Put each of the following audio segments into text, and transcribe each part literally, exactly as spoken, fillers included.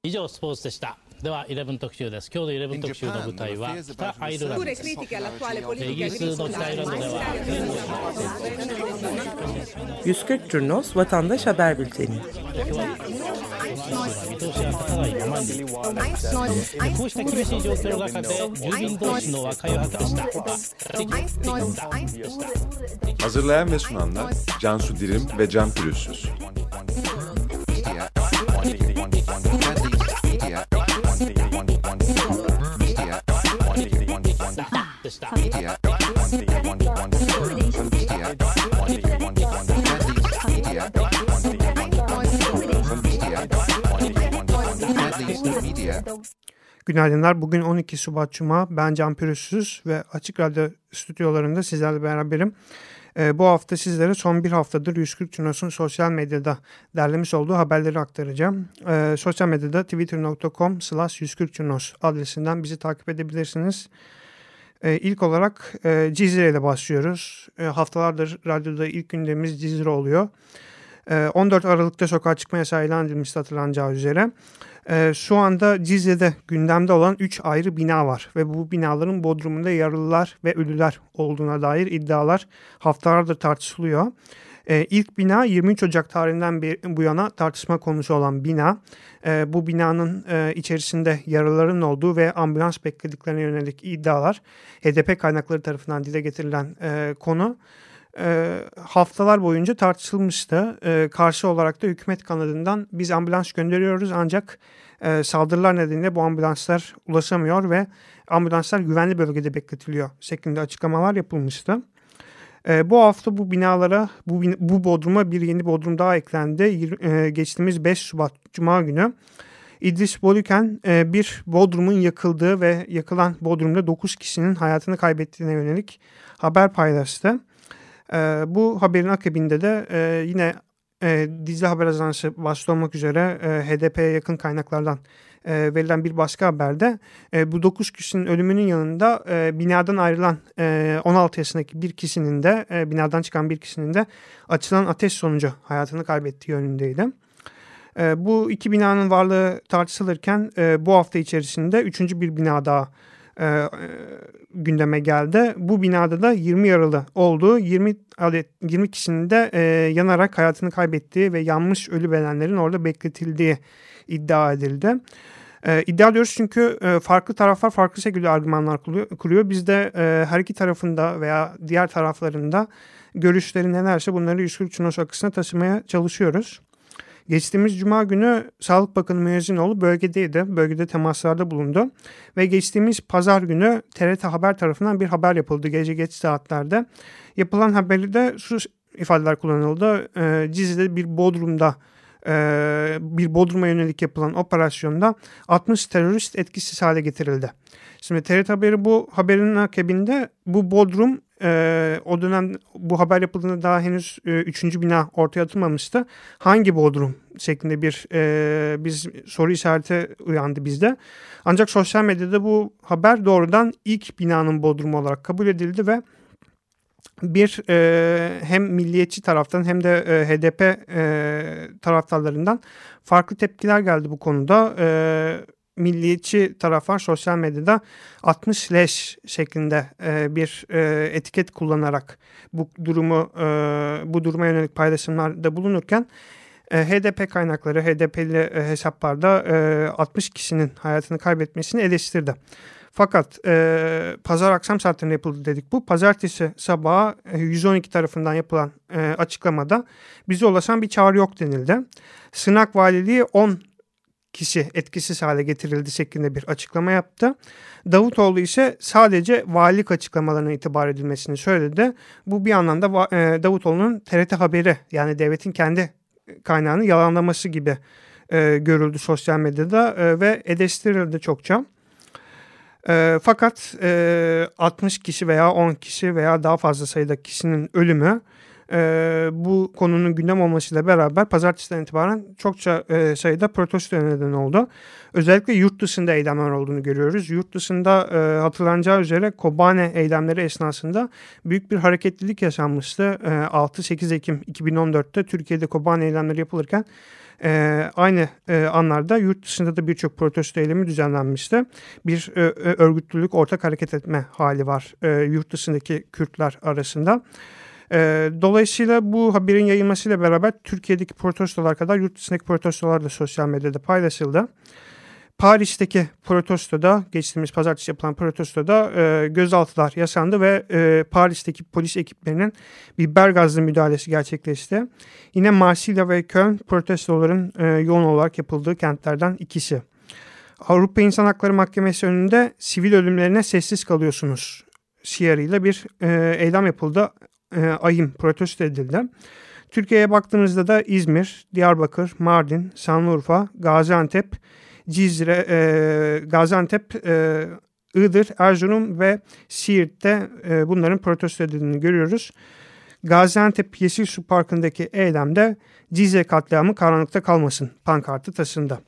以上スポーツでした。ではじゅういち特集です。今日のじゅういち特集の舞台は北アイルランドです。イギリスの北アイルランドでは yüz kırk Curnos Vatandaş Haber Bülteni. 見通しが立たないままにこうした厳しい状況の中で住民同士の和解を図りました。 Hazırlayan ve sunanlar Cansu Dirim ve Can Pürüzsüz. Günaydınlar. Bugün on iki Şubat Cuma. Ben Can Pürüzsüz ve Açık Radyo stüdyolarında sizlerle beraberim. Ee, bu hafta sizlere son bir haftadır yüz kırk Curnos'un sosyal medyada derlemiş olduğu haberleri aktaracağım. Ee, sosyal medyada twitter nokta com slash yüz kırk Curnos adresinden bizi takip edebilirsiniz. Ee, ilk olarak e, Cizre ile başlıyoruz. E, haftalardır radyoda ilk gündemimiz Cizre oluyor. E, on dört Aralık'ta sokağa çıkma yasağı ilan edilmişti hatırlanacağı üzere. E, şu anda Cizre'de gündemde olan üç ayrı bina var ve bu binaların bodrumunda yaralılar ve ölüler olduğuna dair iddialar haftalardır tartışılıyor. E, ilk bina yirmi üç Ocak tarihinden bir, bu yana tartışma konusu olan bina. E, bu binanın e, içerisinde yaralıların olduğu ve ambulans beklediklerine yönelik iddialar H D P kaynakları tarafından dile getirilen e, konu. E, haftalar boyunca tartışılmıştı. E, karşı olarak da hükümet kanadından biz ambulans gönderiyoruz ancak e, saldırılar nedeniyle bu ambulanslar ulaşamıyor ve ambulanslar güvenli bölgede bekletiliyor şeklinde açıklamalar yapılmıştı. E, bu hafta bu binalara, bu, bu bodruma bir yeni bodrum daha eklendi. E, geçtiğimiz beş Şubat Cuma günü İdris Boluken e, bir bodrumun yakıldığı ve yakılan bodrumda dokuz kişinin hayatını kaybettiğine yönelik haber paylaştı. E, bu haberin akabinde de e, yine e, Dicle Haber Ajansı başta olmak üzere e, H D P'ye yakın kaynaklardan e, verilen bir başka haberde e, bu dokuz kişinin ölümünün yanında e, binadan ayrılan e, on altı yaşındaki bir kişinin de e, binadan çıkan bir kişinin de açılan ateş sonucu hayatını kaybettiği yönündeydi. E, bu iki binanın varlığı tartışılırken e, bu hafta içerisinde üçüncü bir bina daha e, gündeme geldi. Bu binada da yirmi yaralı olduğu, yirmi adet yirmi kişinin de e, yanarak hayatını kaybettiği ve yanmış ölü bedenlerin orada bekletildiği iddia edildi. E, iddia ediyoruz çünkü e, farklı taraflar farklı şekilde argümanlar kuruyor. kuruyor. Biz de e, her iki tarafında veya diğer taraflarında görüşleri nelerse bunları yüz kırk Curnos akısına taşımaya çalışıyoruz. Geçtiğimiz Cuma günü Sağlık Bakanı Müezzinoğlu bölgedeydi. Bölgede temaslarda bulundu. Ve geçtiğimiz Pazar günü T R T Haber tarafından bir haber yapıldı gece geç saatlerde. Yapılan haberi de şu ifadeler kullanıldı. E, Cizre'de bir bodrumda e, bir bodruma yönelik yapılan operasyonda altmış terörist etkisiz hale getirildi. Şimdi T R T Haberi bu haberin akabinde bu bodrum e, o dönem bu haber yapıldığında daha henüz e, üçüncü bina ortaya atılmamıştı. Hangi bodrum şeklinde bir e, biz soru işareti uyandı bizde. Ancak sosyal medyada bu haber doğrudan ilk binanın bodrumu olarak kabul edildi ve bir e, hem milliyetçi taraftan hem de e, H D P e, taraftarlarından farklı tepkiler geldi bu konuda. E, milliyetçi taraflar sosyal medyada altmış leş şeklinde e, bir e, etiket kullanarak bu durumu e, bu duruma yönelik paylaşımlarda bulunurken e, H D P kaynakları H D P'li e, hesaplarda e, altmış kişinin hayatını kaybetmesini eleştirdi. Fakat e, pazar akşam saatlerinde yapıldı dedik bu. Pazartesi sabahı e, yüz on iki tarafından yapılan e, açıklamada bize ulaşan bir çağrı yok denildi. Sırnak Valiliği on kişi etkisiz hale getirildi şeklinde bir açıklama yaptı. Davutoğlu ise sadece valilik açıklamalarına itibar edilmesini söyledi. Bu bir anlamda e, Davutoğlu'nun T R T Haberi yani devletin kendi kaynağını yalanlaması gibi e, görüldü sosyal medyada e, ve eleştirildi çokça. E, fakat e, altmış kişi veya on kişi veya daha fazla sayıda kişinin ölümü e, bu konunun gündem olmasıyla beraber pazartesiden itibaren çokça e, sayıda protesto neden oldu. Özellikle yurt dışında eylemler olduğunu görüyoruz. Yurt dışında e, hatırlanacağı üzere Kobane eylemleri esnasında büyük bir hareketlilik yaşanmıştı. E, altı sekiz Ekim iki bin on dörtte Türkiye'de Kobane eylemleri yapılırken e, aynı e, anlarda yurt dışında da birçok protesto eylemi düzenlenmişti. Bir e, örgütlülük, ortak hareket etme hali var e, yurt dışındaki Kürtler arasında. E, dolayısıyla bu haberin yayılmasıyla beraber Türkiye'deki protestolar kadar yurt dışındaki protestolar da sosyal medyada paylaşıldı. Paris'teki protestoda, geçtiğimiz pazartesi yapılan protestoda e, gözaltılar yaşandı ve e, Paris'teki polis ekiplerinin biber gazlı müdahalesi gerçekleşti. Yine Marsilya ve Köln protestoların e, yoğun olarak yapıldığı kentlerden ikisi. Avrupa İnsan Hakları Mahkemesi önünde sivil ölümlerine sessiz kalıyorsunuz şiarıyla bir e, eylem yapıldı. E, ayım protesto edildi. Türkiye'ye baktığımızda da İzmir, Diyarbakır, Mardin, Şanlıurfa, Gaziantep, Cizre, e, Gaziantep, e, Iğdır, Erzurum ve Siirt'te e, bunların protesto edildiğini görüyoruz. Gaziantep Yeşilsu Parkı'ndaki eylemde Cizre katliamı karanlıkta kalmasın pankartı taşındı.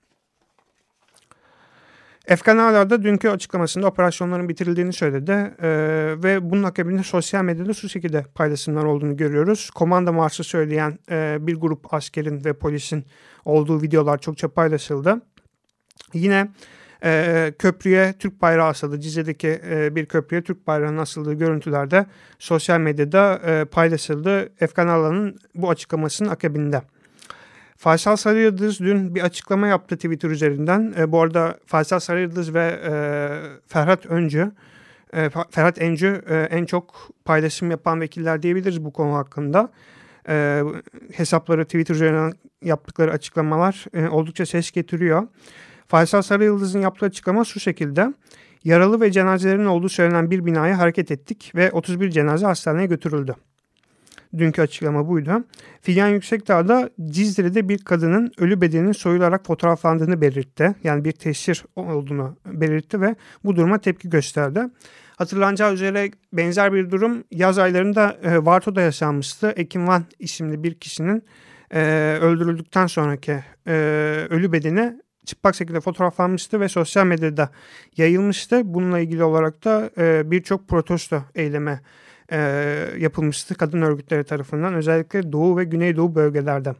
Efkan Ağlar da dünkü açıklamasında operasyonların bitirildiğini söyledi e, ve bunun akabinde sosyal medyada şu şekilde paylaşımlar olduğunu görüyoruz. Komando marşı söyleyen e, bir grup askerin ve polisin olduğu videolar çokça paylaşıldı. Yine e, köprüye Türk bayrağı asıldı. Cizre'deki e, bir köprüye Türk bayrağının asıldığı görüntüler de sosyal medyada e, paylaşıldı. Efkan Ağlar'ın bu açıklamasının akabinde. Faysal Sarıyıldız dün bir açıklama yaptı Twitter üzerinden. E, bu arada Faysal Sarıyıldız ve e, Ferhat Öncü, e, Ferhat Encü e, en çok paylaşım yapan vekiller diyebiliriz bu konu hakkında. E, hesapları Twitter üzerinden yaptıkları açıklamalar e, oldukça ses getiriyor. Faysal Sarıyıldız'ın yaptığı açıklama şu şekilde: yaralı ve cenazelerin olduğu söylenen bir binaya hareket ettik ve otuz bir cenaze hastaneye götürüldü. Dünkü açıklama buydu. Figen Yüksekdağ da Cizre'de bir kadının ölü bedeninin soyularak fotoğraflandığını belirtti. Yani bir teşhir olduğunu belirtti ve bu duruma tepki gösterdi. Hatırlanacağı üzere benzer bir durum yaz aylarında e, Varto'da yaşanmıştı. Ekim Van isimli bir kişinin e, öldürüldükten sonraki e, ölü bedeni çıplak şekilde fotoğraflanmıştı ve sosyal medyada yayılmıştı. Bununla ilgili olarak da e, birçok protesto eylemi e, yapılmıştı kadın örgütleri tarafından, özellikle Doğu ve Güneydoğu bölgelerde.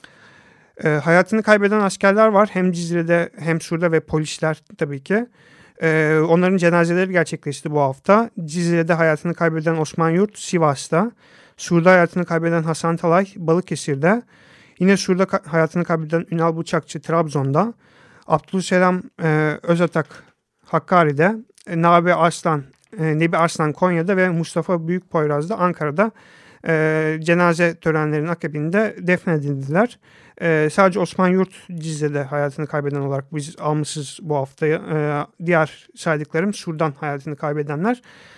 E, hayatını kaybeden askerler var. Hem Cizre'de hem Sur'da ve polisler tabii ki. E, onların cenazeleri gerçekleşti bu hafta. Cizre'de hayatını kaybeden Osman Yurt Sivas'ta. Sur'da hayatını kaybeden Hasan Talay Balıkesir'de. Yine Sur'da ka- hayatını kaybeden Ünal Bıçakçı Trabzon'da. Abdülselam e, Özatak Hakkari'de. E, Nabi Arslan, e, Nebi Arslan Konya'da ve Mustafa Büyükpoyraz'da Ankara'da e, cenaze törenlerinin akabinde defnedildiler. E, sadece Osman Yurt Cizre'de hayatını kaybeden olarak biz almışız bu haftaya. E, diğer saydıklarım Sur'dan hayatını kaybedenler.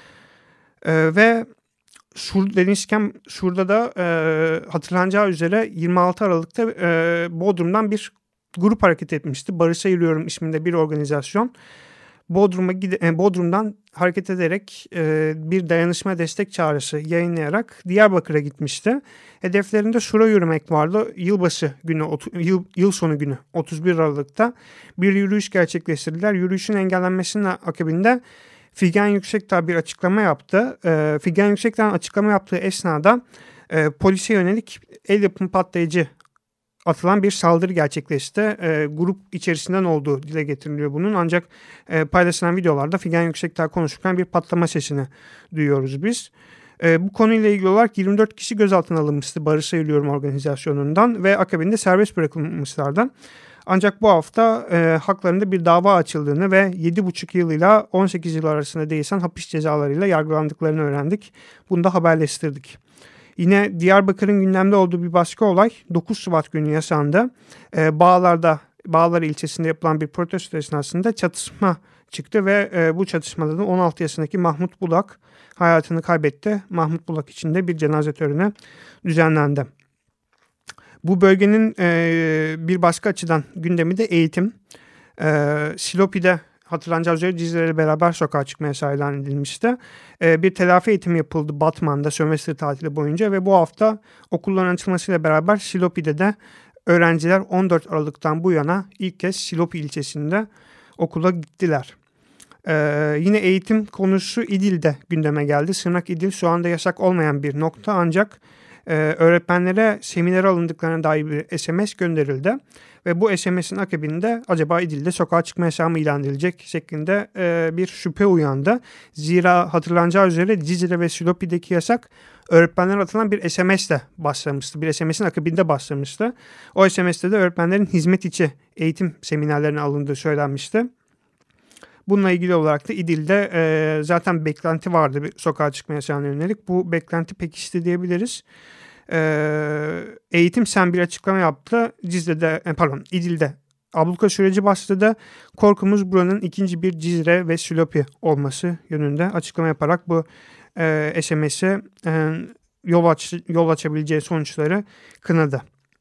E, ve Sur demişken Sur'da da e, hatırlanacağı üzere yirmi altı Aralık'ta e, Bodrum'dan bir grup hareket etmişti. Barış'a Yürüyorum isminde bir organizasyon. Bodrum'a gide, Bodrum'dan hareket ederek e, bir dayanışma destek çağrısı yayınlayarak Diyarbakır'a gitmişti. Hedeflerinde Sur'a yürümek vardı. Yılbaşı günü, yıl, yıl sonu günü otuz bir Aralık'ta bir yürüyüş gerçekleştirdiler. Yürüyüşün engellenmesinin akabinde Figen Yüksekdağ bir açıklama yaptı. E, Figen Yüksekdağ'ın açıklama yaptığı esnada e, polise yönelik el yapımı patlayıcı atılan bir saldırı gerçekleşti. E, grup içerisinden olduğu dile getiriliyor bunun. Ancak e, paylaşılan videolarda Figen Yüksekdağ konuşurken bir patlama sesini duyuyoruz biz. E, bu konuyla ilgili olarak yirmi dört kişi gözaltına alınmıştı Barış'a Yürüyorum organizasyonundan ve akabinde serbest bırakılmışlardı. Ancak bu hafta e, haklarında bir dava açıldığını ve yedi buçuk yıl ile on sekiz yıl arasında değişen hapis cezalarıyla yargılandıklarını öğrendik. Bunu da haberleştirdik. Yine Diyarbakır'ın gündemde olduğu bir başka olay dokuz Şubat günü yaşandı. E, Bağlar'da, Bağlar ilçesinde yapılan bir protesto esnasında çatışma çıktı ve e, bu çatışmada da on altı yaşındaki Mahmut Bulak hayatını kaybetti. Mahmut Bulak için de bir cenaze töreni düzenlendi. Bu bölgenin e, bir başka açıdan gündemi de eğitim. E, Silopi'de hatırlanacağı üzere Cizre ile beraber sokağa çıkma yasağı ilan edilmişti. E, bir telafi eğitimi yapıldı Batman'da sömestr tatili boyunca ve bu hafta okulların açılmasıyla beraber Silopi'de de öğrenciler on dört Aralık'tan bu yana ilk kez Silopi ilçesinde okula gittiler. Ee, yine eğitim konusu İdil'de gündeme geldi. Sırnak İdil şu anda yasak olmayan bir nokta ancak e, öğretmenlere seminer alındıklarına dair bir S M S gönderildi. Ve bu S M S'in akabinde acaba İdil'de sokağa çıkma yasağı mı ilan edilecek şeklinde e, bir şüphe uyandı. Zira hatırlanacağı üzere Cizre ve Silopi'deki yasak öğretmenlere atılan bir S M S'le başlamıştı. Bir S M S'in akabinde başlamıştı. O S M S'te de öğretmenlerin hizmet içi eğitim seminerlerine alındığı söylenmişti. Bununla ilgili olarak da İdil'de e, zaten beklenti vardı bir sokağa çıkma yasağına yönelik. Bu beklenti pekişti diyebiliriz. E, eğitim sen bir açıklama yaptı. Cizre'de, pardon İdil'de abluka süreci başladı. Korkumuz buranın ikinci bir Cizre ve Silopi olması yönünde açıklama yaparak bu e, S M S'e e, yol, aç, yol açabileceği sonuçları kınadı.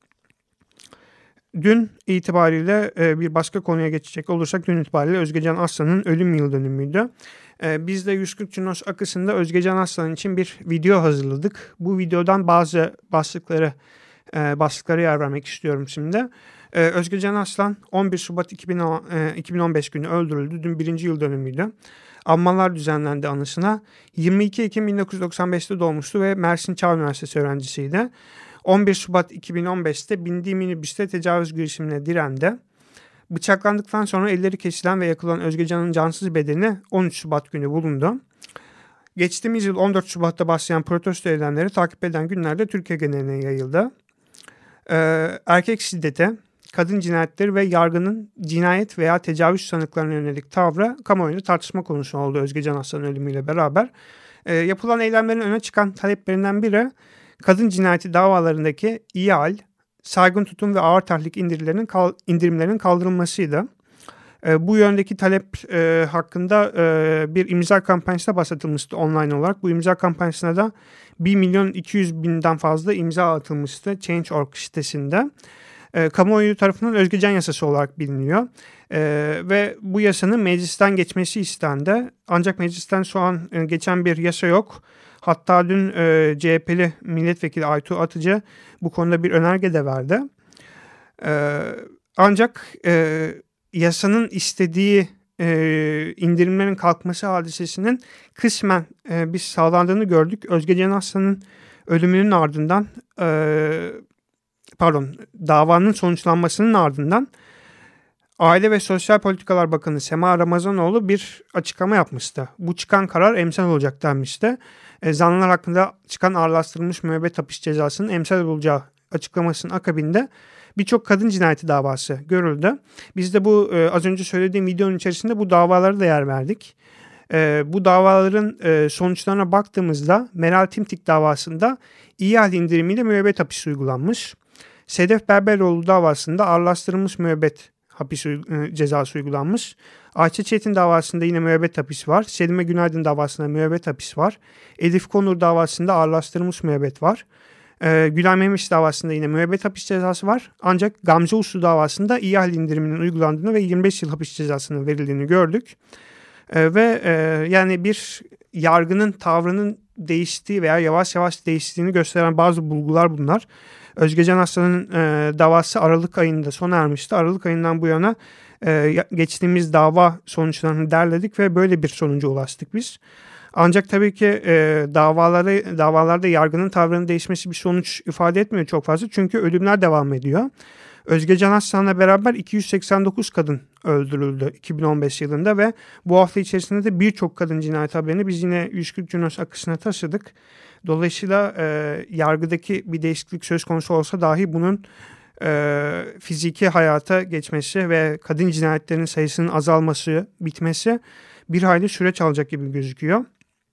Dün itibariyle e, bir başka konuya geçecek olursak dün itibariyle Özgecan Aslan'ın ölüm yıl dönümüydü. E, biz de yüz kırk Cunos akısında Özgecan Aslan için bir video hazırladık. Bu videodan bazı başlıkları e, başlıklara yer vermek istiyorum şimdi. E, Özgecan Aslan on bir Şubat iki bin on beş günü öldürüldü. Dün birinci yıl dönümüydü. Anmalar düzenlendi anısına. yirmi iki Ekim bin dokuz yüz doksan beşte doğmuştu ve Mersin Çağ Üniversitesi öğrencisiydi. on bir Şubat iki bin on beşte bindiği minibüste tecavüz girişimine direndi. Bıçaklandıktan sonra elleri kesilen ve yakılan Özgecan'ın cansız bedeni on üç Şubat günü bulundu. Geçtiğimiz yıl on dört Şubat'ta başlayan protesto eylemleri takip eden günlerde Türkiye geneline yayıldı. Ee, erkek şiddeti, kadın cinayetleri ve yargının cinayet veya tecavüz sanıklarına yönelik tavrı kamuoyunda tartışma konusu oldu Özgecan Aslan'ın ölümüyle beraber. Ee, yapılan eylemlerin öne çıkan taleplerinden biri kadın cinayeti davalarındaki ihal, saygın tutum ve ağır tahrik indirimlerinin, kal, indirimlerinin kaldırılmasıydı. E, bu yöndeki talep e, hakkında e, bir imza kampanyasına başlatılmıştı online olarak. Bu imza kampanyasına da bir milyon iki yüz binden fazla imza atılmıştı Change nokta org sitesinde. E, kamuoyu tarafından Özgecan yasası olarak biliniyor. E, ve bu yasanın meclisten geçmesi istendi. Ancak meclisten şu an e, geçen bir yasa yok. Hatta dün e, C H P'li milletvekili Aytuğ Atıcı bu konuda bir önerge de verdi. E, ancak e, yasanın istediği e, indirimlerin kalkması hadisesinin kısmen e, biz sağlandığını gördük. Özgecan Aslan'ın ölümünün ardından, e, pardon davanın sonuçlanmasının ardından Aile ve Sosyal Politikalar Bakanı Sema Ramazanoğlu bir açıklama yapmıştı. Bu çıkan karar emsal olacak denmişti. E, zanlılar hakkında çıkan ağırlaştırılmış müebbet hapis cezasının emsal olacağı açıklamasının akabinde birçok kadın cinayeti davası görüldü. Biz de bu e, az önce söylediğim videonun içerisinde bu davalara da yer verdik. E, bu davaların e, sonuçlarına baktığımızda Meral Timtik davasında ihal indirimiyle müebbet hapis uygulanmış. Sedef Berberoğlu davasında ağırlaştırılmış müebbet hapis e, cezası uygulanmış. Ayça Çetin davasında yine müebbet hapis var. Selime Günaydın davasında müebbet hapis var. Elif Konur davasında ağırlaştırılmış müebbet var. Ee, Gülay Memiş davasında yine müebbet hapis cezası var. Ancak Gamze Uslu davasında ihal indiriminin uygulandığını ve yirmi beş yıl hapis cezasının verildiğini gördük. Ee, ve e, yani bir yargının tavrının değiştiği veya yavaş yavaş değiştiğini gösteren bazı bulgular bunlar. Özgecan Aslan'ın e, davası Aralık ayında sona ermişti. Aralık ayından bu yana e, geçtiğimiz dava sonuçlarını derledik ve böyle bir sonuca ulaştık biz. Ancak tabii ki e, davaları, davalarda yargının tavrının değişmesi bir sonuç ifade etmiyor çok fazla. Çünkü ölümler devam ediyor. Özgecan Aslan'la beraber iki yüz seksen dokuz kadın öldürüldü iki bin on beş yılında ve bu hafta içerisinde de birçok kadın cinayet haberini biz yine yüz kırk Cunos akısına taşıdık. Dolayısıyla e, yargıdaki bir değişiklik söz konusu olsa dahi bunun e, fiziki hayata geçmesi ve kadın cinayetlerinin sayısının azalması, bitmesi bir hayli süreç alacak gibi gözüküyor.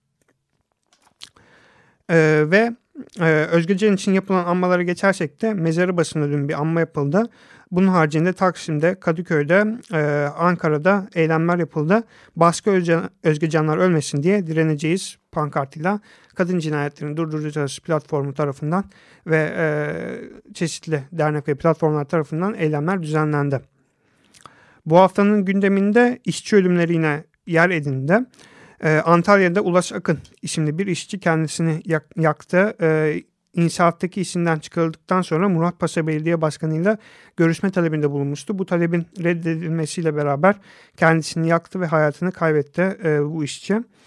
E, ve e, Özgecan için yapılan anmalara geçersek de mezarı basında dün bir anma yapıldı. Bunun haricinde Taksim'de, Kadıköy'de, e, Ankara'da eylemler yapıldı. Baskı Özgecan, Özgecanlar ölmesin diye direneceğiz pankartıyla kadın cinayetlerini durduracağız platformu tarafından ve e, çeşitli dernek ve platformlar tarafından eylemler düzenlendi. Bu haftanın gündeminde işçi ölümleri yine yer edindi. Ee, Antalya'da Ulaş Akın isimli bir işçi kendisini yak, yaktı. Ee, İnşaattaki işinden çıkarıldıktan sonra Muratpaşa Belediye Başkanı ile görüşme talebinde bulunmuştu. Bu talebin reddedilmesiyle beraber kendisini yaktı ve hayatını kaybetti e, bu işçi.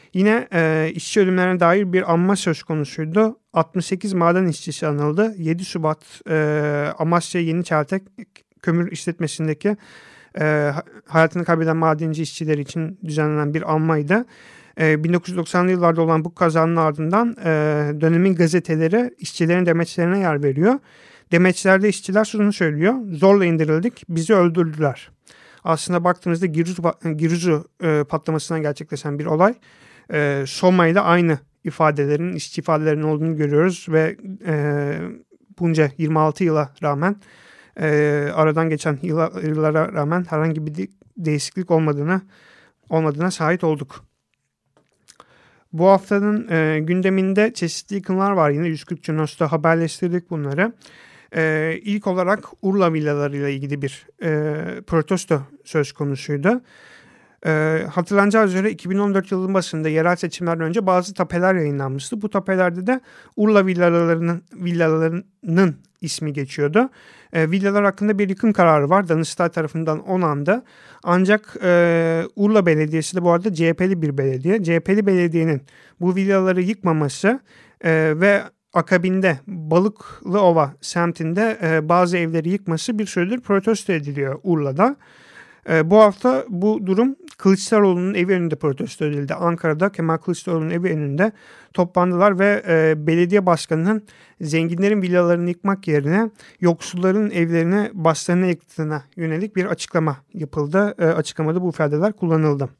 Yine e, işçi ölümlerine dair bir anma söz konusuydu. altmış sekiz maden işçisi anıldı. yedi Şubat e, Amasya Yeniçeltek kömür işletmesindeki e, hayatını kaybeden madenci işçiler için düzenlenen bir anmaydı. E, bin dokuz yüz doksanlı yıllarda olan bu kazanın ardından e, dönemin gazeteleri işçilerin demeçlerine yer veriyor. Demeçlerde işçiler şunu söylüyor: zorla indirildik, bizi öldürdüler. Aslında baktığımızda Giruzu, Giruzu e, patlamasından gerçekleşen bir olay. E, Soma ile aynı ifadelerin, işçi ifadelerinin olduğunu görüyoruz ve e, bunca yirmi altı yıla rağmen, e, aradan geçen yıla, yıllara rağmen herhangi bir de, değişiklik olmadığını olmadığına şahit olduk. Bu haftanın e, gündeminde çeşitli yıkımlar var. Yine yüz kırk Cunos'ta haberleştirdik bunları. E, ilk olarak Urla villalarıyla ilgili bir e, protesto söz konusuydu. E, hatırlanacağı üzere iki bin on dört yılının başında yerel seçimlerden önce bazı tapeler yayınlanmıştı. Bu tapelerde de Urla villalarının, villalarının ismi geçiyordu. E, villalar hakkında bir yıkım kararı var. Danıştay tarafından onandı. Ancak e, Urla Belediyesi de bu arada C H P'li bir belediye. C H P'li belediyenin bu villaları yıkmaması e, ve akabinde Balıklıova semtinde e, bazı evleri yıkması bir süredir protesto ediliyor Urla'da. E, bu hafta bu durum Kılıçdaroğlu'nun evi önünde protesto edildi. Ankara'da Kemal Kılıçdaroğlu'nun evi önünde toplandılar ve e, belediye başkanının zenginlerin villalarını yıkmak yerine yoksulların evlerini başlarına yıktığına yönelik bir açıklama yapıldı. E, açıklamada bu ifadeler kullanıldı.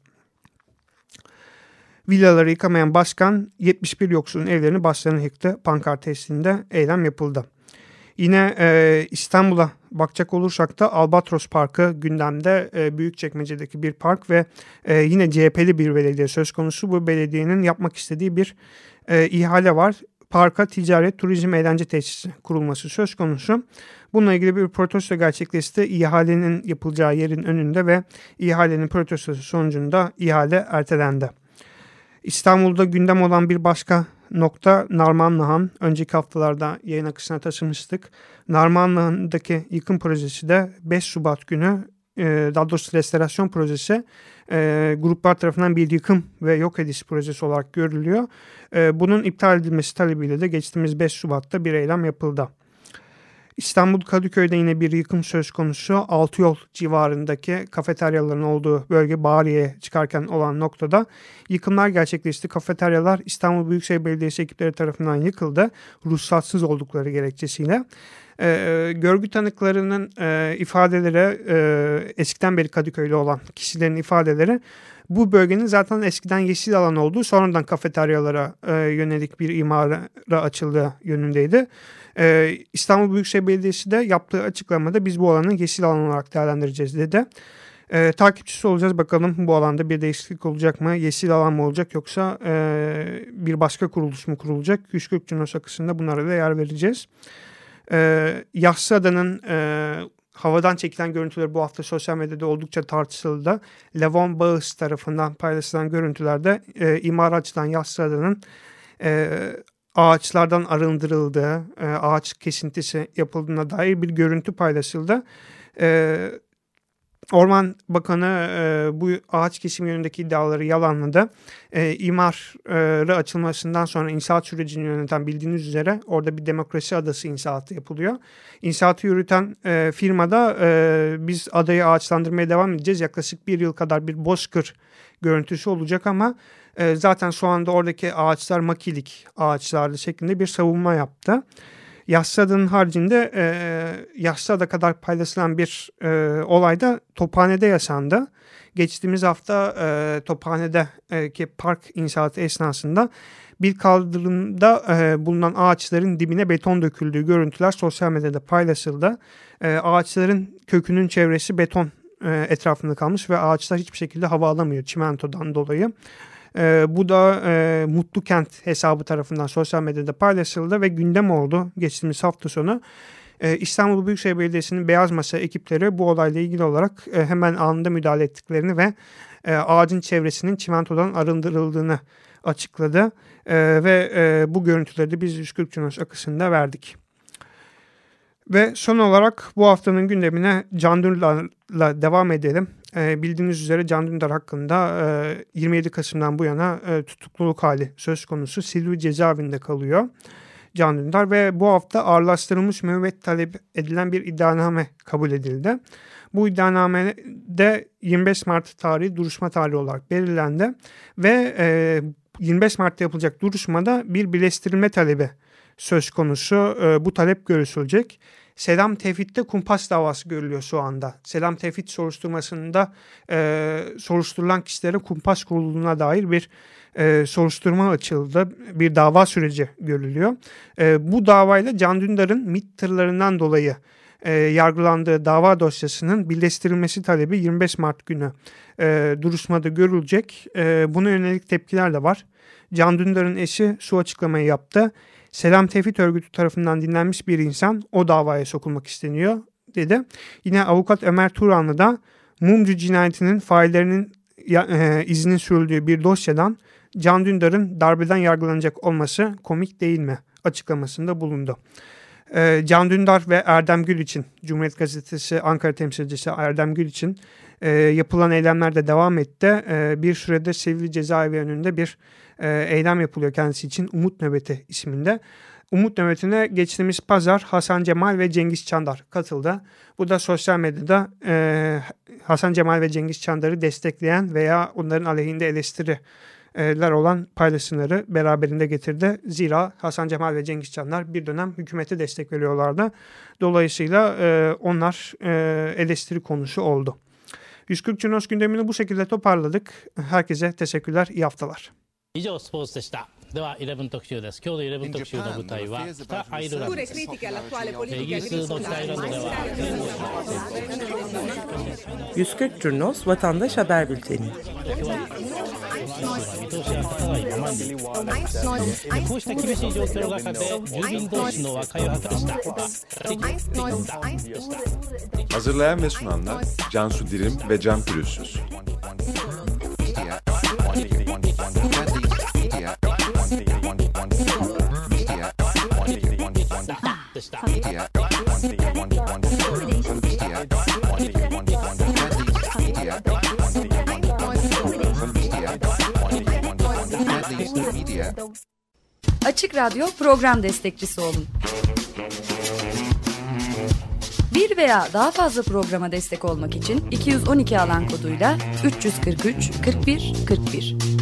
Villaları yıkamayan başkan yetmiş bir yoksulun evlerini başlarına yıktı. Pankart eşliğinde eylem yapıldı. Yine e, İstanbul'a bakacak olursak da Albatros Parkı gündemde, e, Büyükçekmece'deki bir park ve e, yine C H P'li bir belediye söz konusu. Bu belediyenin yapmak istediği bir e, ihale var. Parka ticaret, turizm, eğlence tesisi kurulması söz konusu. Bununla ilgili bir protesto gerçekleşti. İhalenin yapılacağı yerin önünde ve ihalenin protestosu sonucunda ihale ertelendi. İstanbul'da gündem olan bir başka nokta Narmanlıhan. Önceki haftalarda yayın akışına taşımıştık. Narmanlıhan'daki yıkım projesi de beş Şubat günü, e, daha doğrusu restorasyon projesi, e, gruplar tarafından bir yıkım ve yok ediş projesi olarak görülüyor. E, bunun iptal edilmesi talebiyle de geçtiğimiz beş Şubat'ta bir eylem yapıldı. İstanbul Kadıköy'de yine bir yıkım söz konusu. Altıyol civarındaki kafeteryaların olduğu bölge, Bağriye'ye çıkarken olan noktada yıkımlar gerçekleşti. Kafeteryalar İstanbul Büyükşehir Belediyesi ekipleri tarafından yıkıldı. Ruhsatsız oldukları gerekçesiyle. Ee, görgü tanıklarının e, ifadeleri, e, eskiden beri Kadıköy'de olan kişilerin ifadeleri, bu bölgenin zaten eskiden yeşil alan olduğu, sonradan kafeteryalara e, yönelik bir imara açıldığı yönündeydi. Ee, İstanbul Büyükşehir Belediyesi de yaptığı açıklamada biz bu alanı yeşil alan olarak değerlendireceğiz dedi. Ee, takipçisi olacağız, bakalım bu alanda bir değişiklik olacak mı? Yeşil alan mı olacak, yoksa e, bir başka kuruluş mu kurulacak? yüz kırk Cunos akısında bunlara da yer vereceğiz. Ee, Yassıada'nın e, havadan çekilen görüntüleri bu hafta sosyal medyada oldukça tartışıldı. Levon Bağız tarafından paylaşılan görüntülerde e, imara açılan Yassıada'nın e, ağaçlardan arındırıldığı, e, ağaç kesintisi yapıldığına dair bir görüntü paylaşıldı. E, Orman Bakanı e, bu ağaç kesimi yönündeki iddiaları yalanladı. E, İmarı açılmasından sonra inşaat sürecini yöneten, bildiğiniz üzere orada bir demokrasi adası inşaatı yapılıyor. İnşaatı yürüten e, firmada e, biz adayı ağaçlandırmaya devam edeceğiz. Yaklaşık bir yıl kadar bir bozkır görüntüsü olacak ama e, zaten şu anda oradaki ağaçlar makilik ağaçlardı şeklinde bir savunma yaptı. Yassıada'nın haricinde e, Yassıada kadar paylaşılan bir e, olay da Tophane'de yaşandı. Geçtiğimiz hafta e, Tophane'deki park inşaatı esnasında bir kaldırımda e, bulunan ağaçların dibine beton döküldüğü görüntüler sosyal medyada paylaşıldı. E, ağaçların kökünün çevresi beton e, etrafında kalmış ve ağaçlar hiçbir şekilde hava alamıyor çimentodan dolayı. E, bu da e, Mutlu Kent hesabı tarafından sosyal medyada paylaşıldı ve gündem oldu geçtiğimiz hafta sonu. E, İstanbul Büyükşehir Belediyesi'nin Beyaz Masa ekipleri bu olayla ilgili olarak e, hemen anında müdahale ettiklerini ve e, ağacın çevresinin çimentodan arındırıldığını açıkladı. E, ve e, bu görüntüleri de biz yüz kırk Cunos akısında verdik. Ve son olarak bu haftanın gündemine Can Dündar'la devam edelim. E, bildiğiniz üzere Can Dündar hakkında e, yirmi yedi Kasım'dan bu yana e, tutukluluk hali söz konusu. Silivri cezaevinde kalıyor Can Dündar ve bu hafta ağırlaştırılmış müebbet talep edilen bir iddianame kabul edildi. Bu iddianamede yirmi beş Mart tarihi duruşma tarihi olarak belirlendi ve e, yirmi beş Mart'ta yapılacak duruşmada bir birleştirilme talebi söz konusu. E, bu talep görüşülecek. Selam Tevhid'de kumpas davası görülüyor şu anda. Selam Tevhid soruşturmasında e, soruşturulan kişilere kumpas kurulduğuna dair bir e, soruşturma açıldı. Bir dava süreci görülüyor. E, bu davayla Can Dündar'ın MİT tırlarından dolayı e, yargılandığı dava dosyasının birleştirilmesi talebi yirmi beş Mart günü e, duruşmada görülecek. E, buna yönelik tepkiler de var. Can Dündar'ın eşi şu açıklamayı yaptı. Selam Tevhid örgütü tarafından dinlenmiş bir insan o davaya sokulmak isteniyor dedi. Yine avukat Ömer Turanlı da Mumcu cinayetinin faillerinin e, izinin sürüldüğü bir dosyadan Can Dündar'ın darbeden yargılanacak olması komik değil mi açıklamasında bulundu. E, Can Dündar ve Erdem Gül için Cumhuriyet Gazetesi Ankara temsilcisi Erdem Gül için e, yapılan eylemler de devam etti. E, bir sürede Silivri cezaevi önünde bir e, eylem yapılıyor kendisi için Umut Nöbeti isminde. Umut Nöbeti'ne geçtiğimiz pazar Hasan Cemal ve Cengiz Çandar katıldı. Bu da sosyal medyada e, Hasan Cemal ve Cengiz Çandar'ı destekleyen veya onların aleyhinde eleştiriler olan paylaşımları beraberinde getirdi. Zira Hasan Cemal ve Cengiz Çandar bir dönem hükümete destek veriyorlardı. Dolayısıyla e, onlar e, eleştiri konusu oldu. yüz kırk Cunos gündemini bu şekilde toparladık. Herkese teşekkürler, iyi haftalar. 以上スポーツでした。ではじゅういち特集です。今日のじゅういち特集の舞台は北アイルランドです。イギリスの北アイルランドでは yüz kırk Curnos Vatandaş Haber Bülteni. こうした厳しい状況の中で住民同士の和解を図りました。 Hazırlayan ve sunanlar Cansu Dirim ve Can Pürüzsüz. Açık Radyo program destekçisi olun. Bir veya daha fazla programa destek olmak için iki yüz on iki alan koduyla üç yüz kırk üç kırk bir kırk bir